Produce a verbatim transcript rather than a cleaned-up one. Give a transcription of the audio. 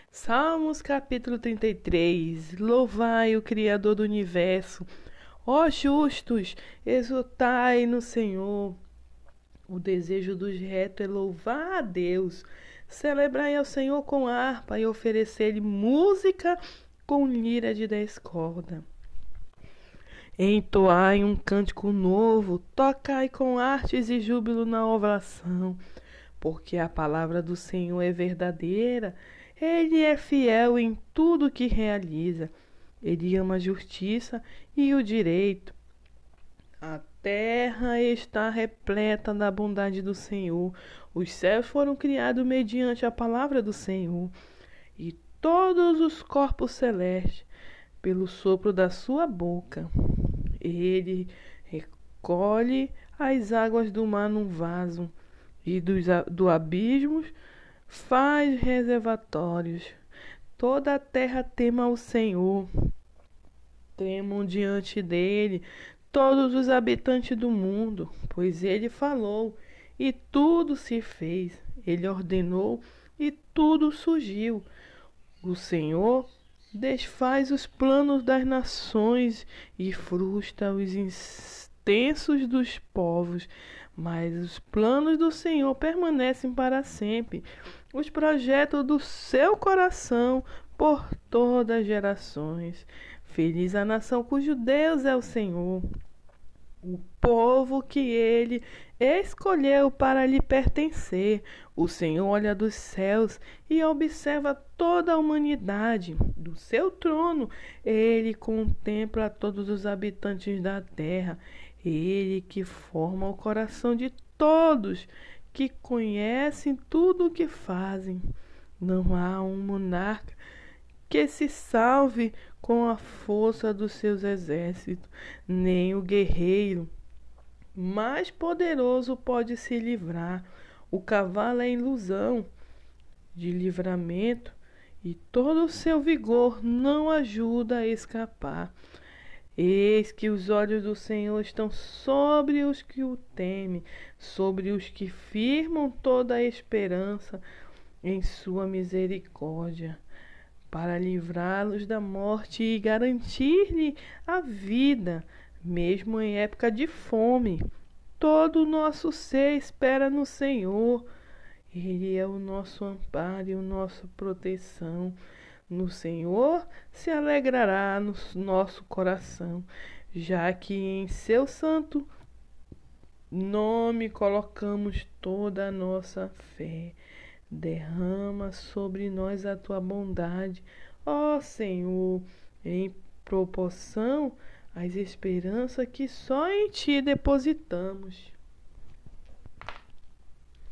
Salmos capítulo trinta e três. Louvai o Criador do universo. Ó justos, exultai no Senhor. O desejo dos retos é louvar a Deus. Celebrai ao Senhor com harpa e oferecer-lhe música com lira de dez cordas. Entoai um cântico novo, tocai com artes e júbilo na oração, porque a palavra do Senhor é verdadeira, ele é fiel em tudo que realiza, ele ama a justiça e o direito. A terra está repleta da bondade do Senhor, os céus foram criados mediante a palavra do Senhor, e todos os corpos celestes, pelo sopro da sua boca. Ele recolhe as águas do mar num vaso, e dos, do abismo faz reservatórios. Toda a terra tema ao Senhor, tremam diante dele todos os habitantes do mundo, pois ele falou, e tudo se fez. Ele ordenou, e tudo surgiu. O Senhor desfaz os planos das nações e frustra os intensos dos povos, mas os planos do Senhor permanecem para sempre, os projetos do seu coração por todas as gerações. Feliz a nação cujo Deus é o Senhor, o povo que ele escolheu para lhe pertencer. O Senhor olha dos céus e observa toda a humanidade. Do seu trono, ele contempla todos os habitantes da terra. Ele que forma o coração de todos, que conhecem tudo o que fazem. Não há um monarca que se salve com a força dos seus exércitos, nem o guerreiro mais poderoso pode se livrar. O cavalo é ilusão de livramento, e todo o seu vigor não ajuda a escapar. Eis que os olhos do Senhor estão sobre os que o temem, sobre os que firmam toda a esperança em sua misericórdia, para livrá-los da morte e garantir-lhe a vida, mesmo em época de fome. Todo o nosso ser espera no Senhor. Ele é o nosso amparo e a nossa proteção. No Senhor se alegrará no nosso coração, já que em seu santo nome colocamos toda a nossa fé. Derrama sobre nós a tua bondade, ó Senhor, em proporção às esperanças que só em ti depositamos.